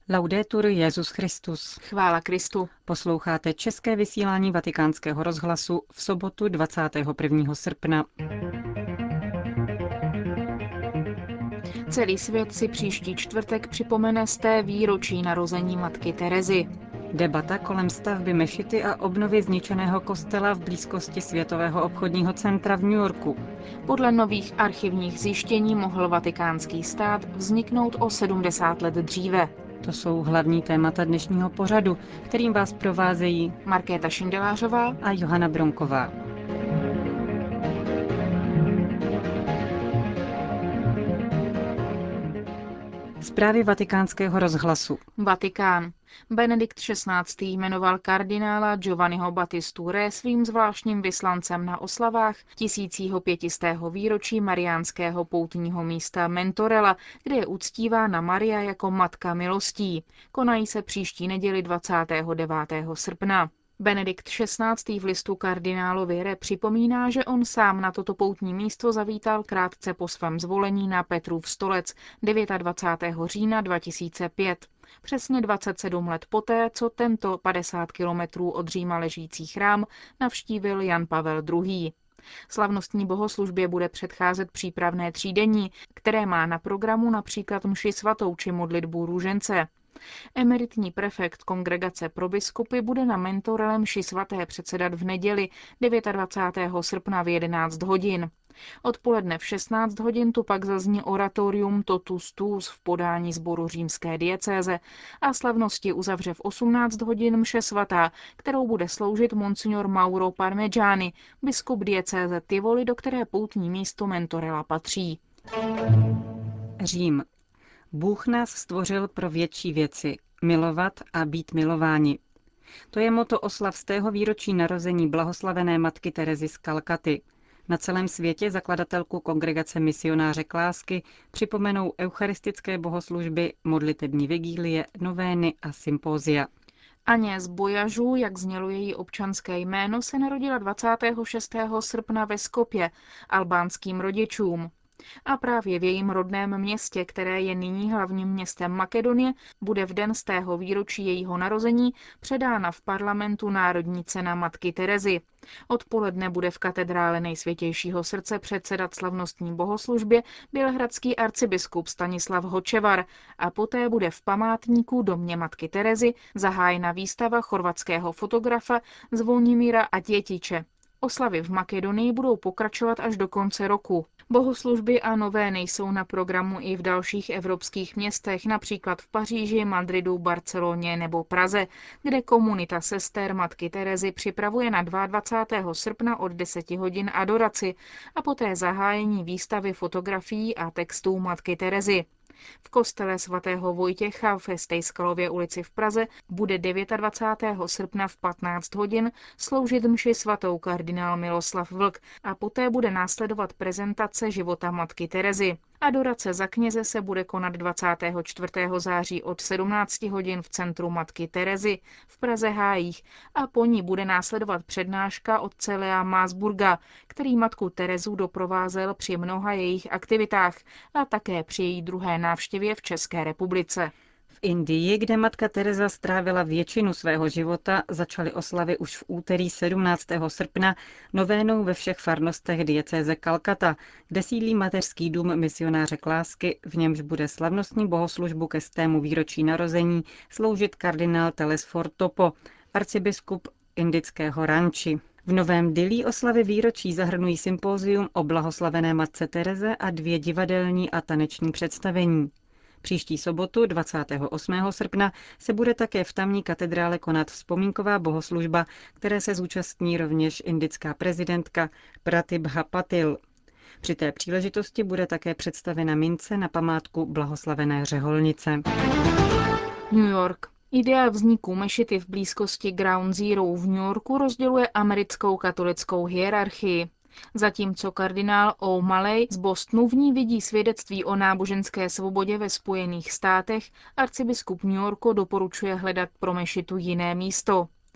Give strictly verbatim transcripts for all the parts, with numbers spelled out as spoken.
Laudetur Jesus Christus. Chvála Kristu. Posloucháte české vysílání Vatikánského rozhlasu v sobotu dvacátého prvního srpna. Celý svět si příští čtvrtek připomene sté výročí narození matky Terezy. Debata kolem stavby mešity a obnovy zničeného kostela v blízkosti Světového obchodního centra v New Yorku. Podle nových archivních zjištění mohl vatikánský stát vzniknout o sedmdesát let dříve. To jsou hlavní témata dnešního pořadu, kterým vás provázejí Markéta Šindelářová a Johana Bronková. Zprávy Vatikánského rozhlasu. Vatikán. Benedikt šestnáctý. Jmenoval kardinála Giovanniho Battistu Re svým zvláštním vyslancem na oslavách tisícího pětistého výročí mariánského poutního místa Mentorella, kde je uctívána Maria jako Matka milostí. Konají se příští neděli dvacátého devátého srpna. Benedikt šestnáctý. v listu kardinálovi Re připomíná, že on sám na toto poutní místo zavítal krátce po svém zvolení na Petrův stolec dvacátého devátého října dva tisíce pět. Přesně dvacet sedm let poté, co tento padesát kilometrů od Říma ležící chrám navštívil Jan Pavel druhý. Slavnostní bohoslužbě bude předcházet přípravné třídení, které má na programu například mši svatou či modlitbu růžence. Emeritní prefekt Kongregace pro biskupy bude na Mentorelle mši svaté předsedat v neděli dvacátého devátého srpna v jedenáct hodin. Odpoledne v šestnáct hodin tu pak zazní oratorium Totus Tuus v podání sboru římské diecéze a slavnosti uzavře v osmnáct hodin mše svatá, kterou bude sloužit monsignor Mauro Parmigiani, biskup diecéze Tivoli, do které poutní místo Mentorella patří. Řím. Bůh nás stvořil pro větší věci, milovat a být milováni. To je motto oslav stého výročí narození blahoslavené matky Terezy z Kalkaty. Na celém světě zakladatelku Kongregace misionářek lásky připomenou eucharistické bohoslužby, modlitební vigílie, novény a sympózia. Agnès Bojažů, jak znělo její občanské jméno, se narodila dvacátého šestého srpna ve Skopje albánským rodičům. A právě v jejím rodném městě, které je nyní hlavním městem Makedonie, bude v den stého výročí jejího narození předána v parlamentu Národní cena matky Terezy. Odpoledne bude v katedrále Nejsvětějšího srdce předsedat slavnostní bohoslužbě bělehradský arcibiskup Stanislav Hočevar a poté bude v památníku domě matky Terezy zahájena výstava chorvatského fotografa Zvonimíra Atjetiče. Oslavy v Makedonii budou pokračovat až do konce roku. Bohoslužby a novény jsou na programu i v dalších evropských městech, například v Paříži, Madridu, Barceloně nebo Praze, kde komunita sester matky Terezy připravuje na dvacátého druhého srpna od deseti hodin adoraci a poté zahájení výstavy fotografií a textů matky Terezy. V kostele svatého Vojtěcha ve Stejskalově ulici v Praze bude dvacátého devátého srpna v patnáct hodin sloužit mši svatou kardinál Miloslav Vlk a poté bude následovat prezentace života matky Terezy. Adorace za kněze se bude konat dvacátého čtvrtého září od sedmnácti hodin v centru matky Terezy v Praze Hájích a po ní bude následovat přednáška otce Lea Maasburga, který matku Terezu doprovázel při mnoha jejich aktivitách a také při její druhé návštěvě v České republice. V Indii, kde matka Tereza strávila většinu svého života, začaly oslavy už v úterý sedmnáctého srpna novénou ve všech farnostech diecéze Kalkata, kde sídlí mateřský dům misionářek lásky, v němž bude slavnostní bohoslužbu ke stému výročí narození sloužit kardinál Telesfor Topo, arcibiskup indického Ranči. V Novém Dillí oslavy výročí zahrnují sympózium o blahoslavené matce Tereze a dvě divadelní a taneční představení. Příští sobotu dvacátého osmého srpna se bude také v tamní katedrále konat vzpomínková bohoslužba, které se zúčastní rovněž indická prezidentka Pratibha Patil. Při té příležitosti bude také představena mince na památku blahoslavené řeholnice. New York. Idea vzniku mešity v blízkosti Ground Zero v New Yorku rozděluje americkou katolickou hierarchii. Zatímco kardinál O'Malley z Bostonu v ní vidí svědectví o náboženské svobodě ve Spojených státech, arcibiskup New Yorku doporučuje hledat pro mešitu jiné místo.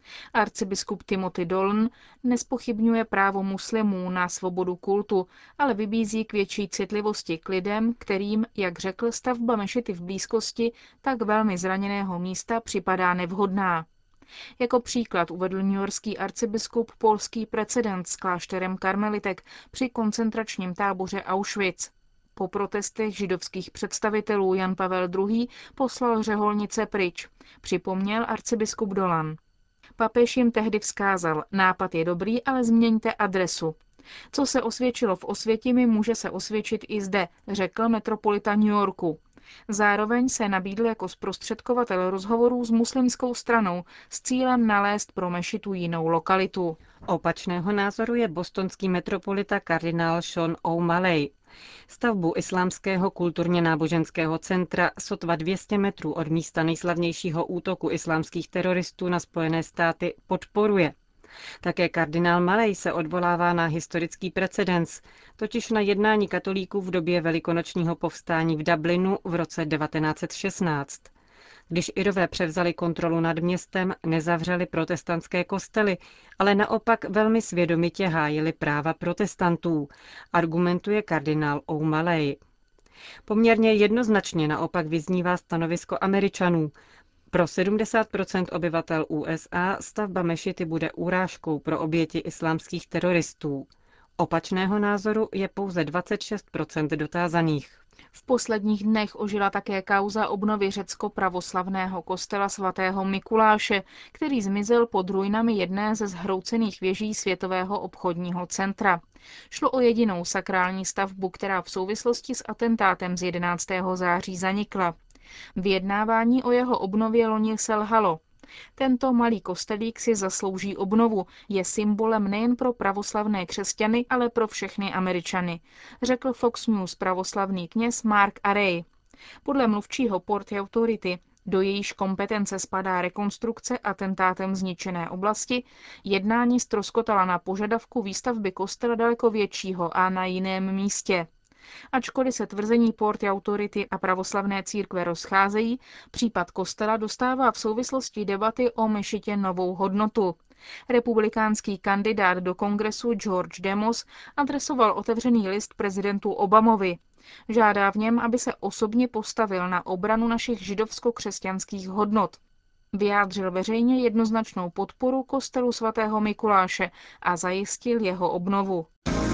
Arcibiskup Timothy Dolan nezpochybňuje právo muslimů na svobodu kultu, ale vybízí k větší citlivosti k lidem, kterým, jak řekl, stavba mešity v blízkosti tak velmi zraněného místa připadá nevhodná. Jako příklad uvedl newyorský arcibiskup polský precedent s klášterem karmelitek při koncentračním táboře Auschwitz. Po protestech židovských představitelů Jan Pavel druhý. Poslal řeholnice pryč, připomněl arcibiskup Dolan. Papež jim tehdy vzkázal, nápad je dobrý, ale změňte adresu. Co se osvědčilo v Osvětimi, může se osvědčit i zde, řekl metropolita New Yorku. Zároveň se nabídl jako zprostředkovatel rozhovorů s muslimskou stranou s cílem nalézt pro mešitu jinou lokalitu. Opačného názoru je bostonský metropolita kardinál Sean O'Malley. Stavbu islámského kulturně náboženského centra sotva dvě stě metrů od místa nejslavnějšího útoku islámských teroristů na Spojené státy podporuje. Také kardinál Malej se odvolává na historický precedens, totiž na jednání katolíků v době velikonočního povstání v Dublinu v roce devatenáct set šestnáct. Když Irové převzali kontrolu nad městem, nezavřeli protestantské kostely, ale naopak velmi svědomitě hájili práva protestantů, argumentuje kardinál O'Malley. Poměrně jednoznačně naopak vyznívá stanovisko Američanů. Pro sedmdesát procent obyvatel U S A stavba mešity bude urážkou pro oběti islámských teroristů. Opačného názoru je pouze dvacet šest procent dotázaných. V posledních dnech ožila také kauza obnovy řecko-pravoslavného kostela svatého Mikuláše, který zmizel pod ruinami jedné ze zhroucených věží Světového obchodního centra. Šlo o jedinou sakrální stavbu, která v souvislosti s atentátem z jedenáctého září zanikla. Vyjednávání o jeho obnově loni selhalo. Tento malý kostelík si zaslouží obnovu, je symbolem nejen pro pravoslavné křesťany, ale pro všechny Američany, řekl Fox News pravoslavný kněz Mark Arey. Podle mluvčího Port Authority, do jejíž kompetence spadá rekonstrukce atentátem zničené oblasti, jednání ztroskotala na požadavku výstavby kostela daleko většího a na jiném místě. Ačkoliv se tvrzení Port Authority a pravoslavné církve rozcházejí, případ kostela dostává v souvislosti debaty o mešitě novou hodnotu. Republikánský kandidát do kongresu George Demos adresoval otevřený list prezidentu Obamovi. Žádá v něm, aby se osobně postavil na obranu našich židovsko-křesťanských hodnot. Vyjádřil veřejně jednoznačnou podporu kostelu svatého Mikuláše a zajistil jeho obnovu.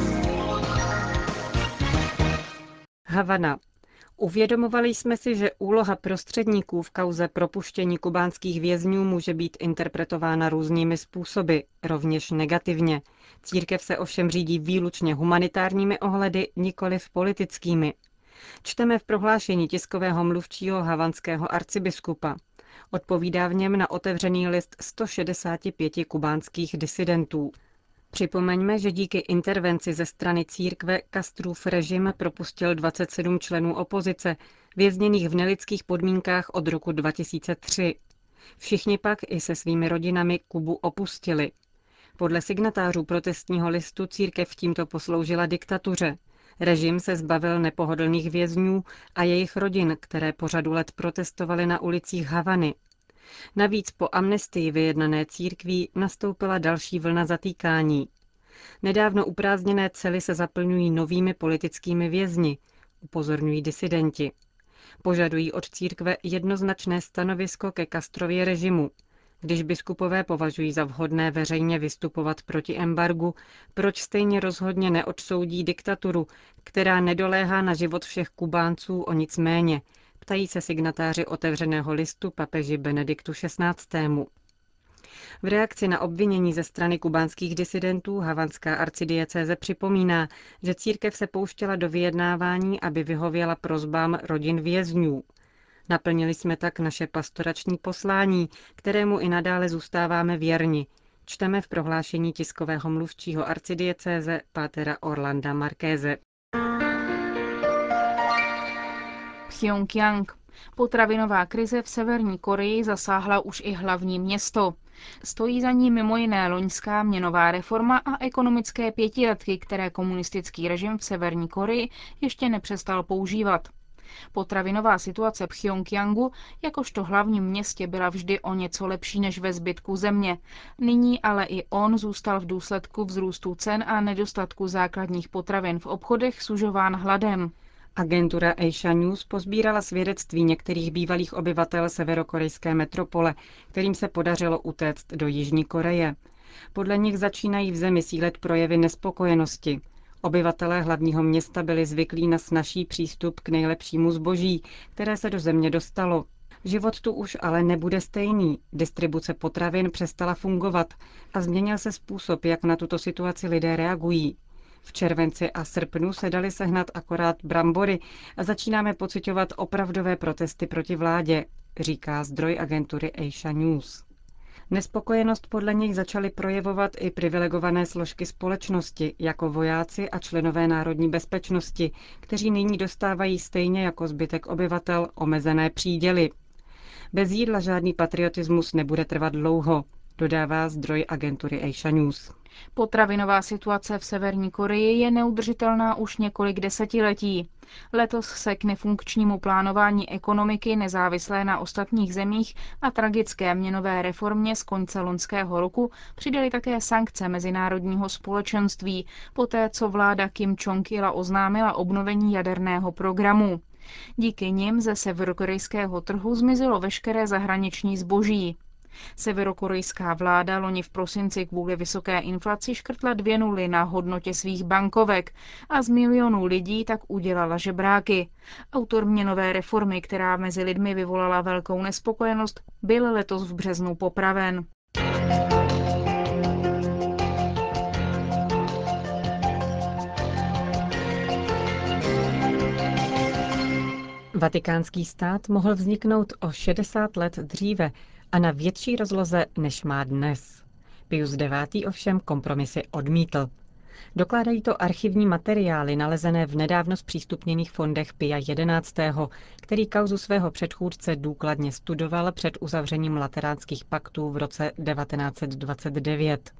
Havana. Uvědomovali jsme si, že úloha prostředníků v kauze propuštění kubánských vězňů může být interpretována různými způsoby, rovněž negativně. Církev se ovšem řídí výlučně humanitárními ohledy, nikoliv politickými. Čteme v prohlášení tiskového mluvčího havanského arcibiskupa. Odpovídá v něm na otevřený list sto šedesát pět kubánských disidentů. Připomeňme, že díky intervenci ze strany církve Castrův režim propustil dvacet sedm členů opozice, vězněných v nelidských podmínkách od roku dva tisíce tři. Všichni pak i se svými rodinami Kubu opustili. Podle signatářů protestního listu církev tímto posloužila diktatuře. Režim se zbavil nepohodlných vězňů a jejich rodin, které po řadu let protestovaly na ulicích Havany. Navíc po amnestii vyjednané církví nastoupila další vlna zatýkání. Nedávno uprázdněné cely se zaplňují novými politickými vězni, upozorňují disidenti. Požadují od církve jednoznačné stanovisko ke Castrově režimu. Když biskupové považují za vhodné veřejně vystupovat proti embargu, proč stejně rozhodně neodsoudí diktaturu, která nedoléhá na život všech Kubánců o nic méně, ptají se signatáři otevřeného listu papeži Benediktu šestnáctému. V reakci na obvinění ze strany kubánských disidentů havanská arcidiecéze připomíná, že církev se pouštěla do vyjednávání, aby vyhověla prosbám rodin vězňů. Naplnili jsme tak naše pastorační poslání, kterému i nadále zůstáváme věrni, čteme v prohlášení tiskového mluvčího arcidiecéze pátera Orlanda Markéze. Pchjongjang. Potravinová krize v Severní Koreji zasáhla už i hlavní město. Stojí za ní mimo jiné loňská měnová reforma a ekonomické pětiletky, které komunistický režim v Severní Koreji ještě nepřestal používat. Potravinová situace Pchjongjangu jakožto hlavním městě byla vždy o něco lepší než ve zbytku země. Nyní ale i on zůstal v důsledku vzrůstu cen a nedostatku základních potravin v obchodech sužován hladem. Agentura Asia News pozbírala svědectví některých bývalých obyvatel severokorejské metropole, kterým se podařilo utéct do Jižní Koreje. Podle nich začínají v zemi sílet projevy nespokojenosti. Obyvatelé hlavního města byli zvyklí na snazší přístup k nejlepšímu zboží, které se do země dostalo. Život tu už ale nebude stejný. Distribuce potravin přestala fungovat a změnil se způsob, jak na tuto situaci lidé reagují. V červenci a srpnu se dali sehnat akorát brambory a začínáme pociťovat opravdové protesty proti vládě, říká zdroj agentury Asia News. Nespokojenost podle nich začaly projevovat i privilegované složky společnosti, jako vojáci a členové národní bezpečnosti, kteří nyní dostávají stejně jako zbytek obyvatel omezené příděly. Bez jídla žádný patriotismus nebude trvat dlouho, dodává zdroj agentury Asia News. Potravinová situace v Severní Koreji je neudržitelná už několik desetiletí. Letos se k nefunkčnímu plánování ekonomiky nezávislé na ostatních zemích a tragické měnové reformě z konce loňského roku přidaly také sankce mezinárodního společenství, poté co vláda Kim Jong-ila oznámila obnovení jaderného programu. Díky nim ze severokorejského trhu zmizelo veškeré zahraniční zboží. Severokorejská vláda loni v prosinci kvůli vysoké inflaci škrtla dvě nuly na hodnotě svých bankovek a z milionů lidí tak udělala žebráky. Autor měnové reformy, která mezi lidmi vyvolala velkou nespokojenost, byl letos v březnu popraven. Vatikánský stát mohl vzniknout o šedesát let dříve a na větší rozloze, než má dnes. Pius devátý. Ovšem kompromisy odmítl. Dokládají to archivní materiály nalezené v nedávno zpřístupněných fondech Pia jedenáctého., který kauzu svého předchůdce důkladně studoval před uzavřením lateránských paktů v roce devatenáct set dvacet devět.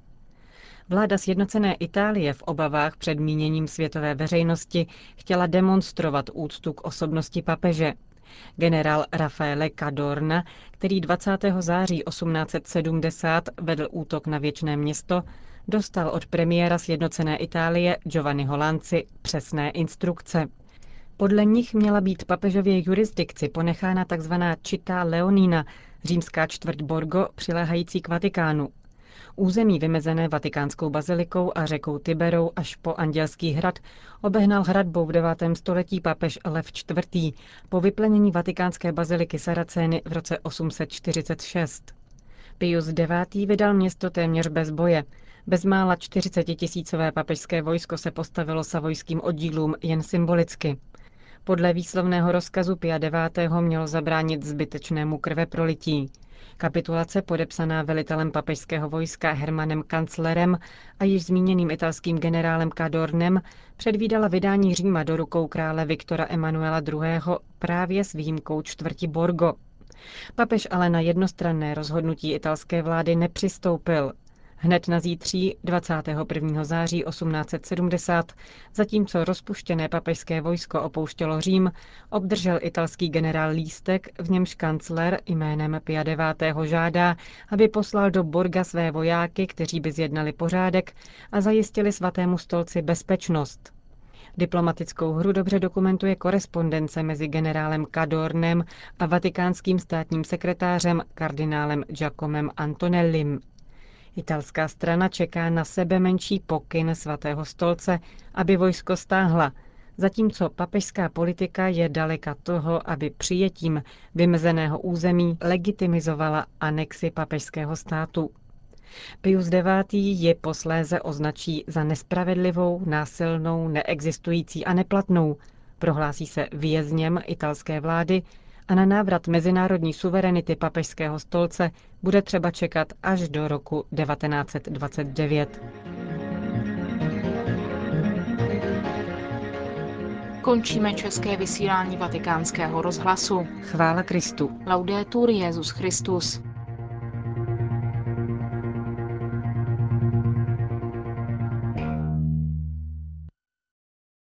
Vláda sjednocené Itálie v obavách před míněním světové veřejnosti chtěla demonstrovat úctu k osobnosti papeže. Generál Raffaele Cadorna, který dvacátého září osmnáct set sedmdesát vedl útok na Věčné město, dostal od premiéra sjednocené Itálie Giovanniho Lanzi přesné instrukce. Podle nich měla být papežově jurisdikci ponechána tzv. Città Leonina, římská čtvrť Borgo přiléhající k Vatikánu. Území vymezené Vatikánskou bazilikou a řekou Tiberou až po Andělský hrad obehnal hradbou v devátém století papež Lev čtvrtý. po vyplenění vatikánské baziliky Saracény v roce osm set čtyřicet šest. Pius devátý. Vydal město téměř bez boje. Bezmála čtyřicetitisícové papežské vojsko se postavilo savojským oddílům jen symbolicky. Podle výslovného rozkazu Pia devátého. Mělo zabránit zbytečnému krveprolití. Kapitulace podepsaná velitelem papežského vojska Hermanem Kanclerem a již zmíněným italským generálem Cadornem předvídala vydání Říma do rukou krále Viktora Emanuela druhého. právě s výjimkou čtvrti Borgo. Papež ale na jednostranné rozhodnutí italské vlády nepřistoupil. Hned na zítří dvacátého prvního září osmnáct set sedmdesát, zatímco rozpuštěné papežské vojsko opouštělo Řím, obdržel italský generál lístek, v němž kancler jménem Pia devátého. žádá, aby poslal do Borga své vojáky, kteří by zjednali pořádek a zajistili svatému stolci bezpečnost. Diplomatickou hru dobře dokumentuje korespondence mezi generálem Cadornem a vatikánským státním sekretářem kardinálem Giacomem Antonellim. Italská strana čeká na sebe menší pokyn svatého stolce, aby vojsko stáhla, zatímco papežská politika je daleka toho, aby přijetím vymezeného území legitimizovala anexi papežského státu. Pius devátý. ji posléze označí za nespravedlivou, násilnou, neexistující a neplatnou, prohlásí se vězněm italské vlády a na návrat mezinárodní suverenity papežského stolce bude třeba čekat až do roku devatenáct set dvacet devět. Končíme české vysílání Vatikánského rozhlasu. Chvála Kristu. Laudetur Jesus Christus.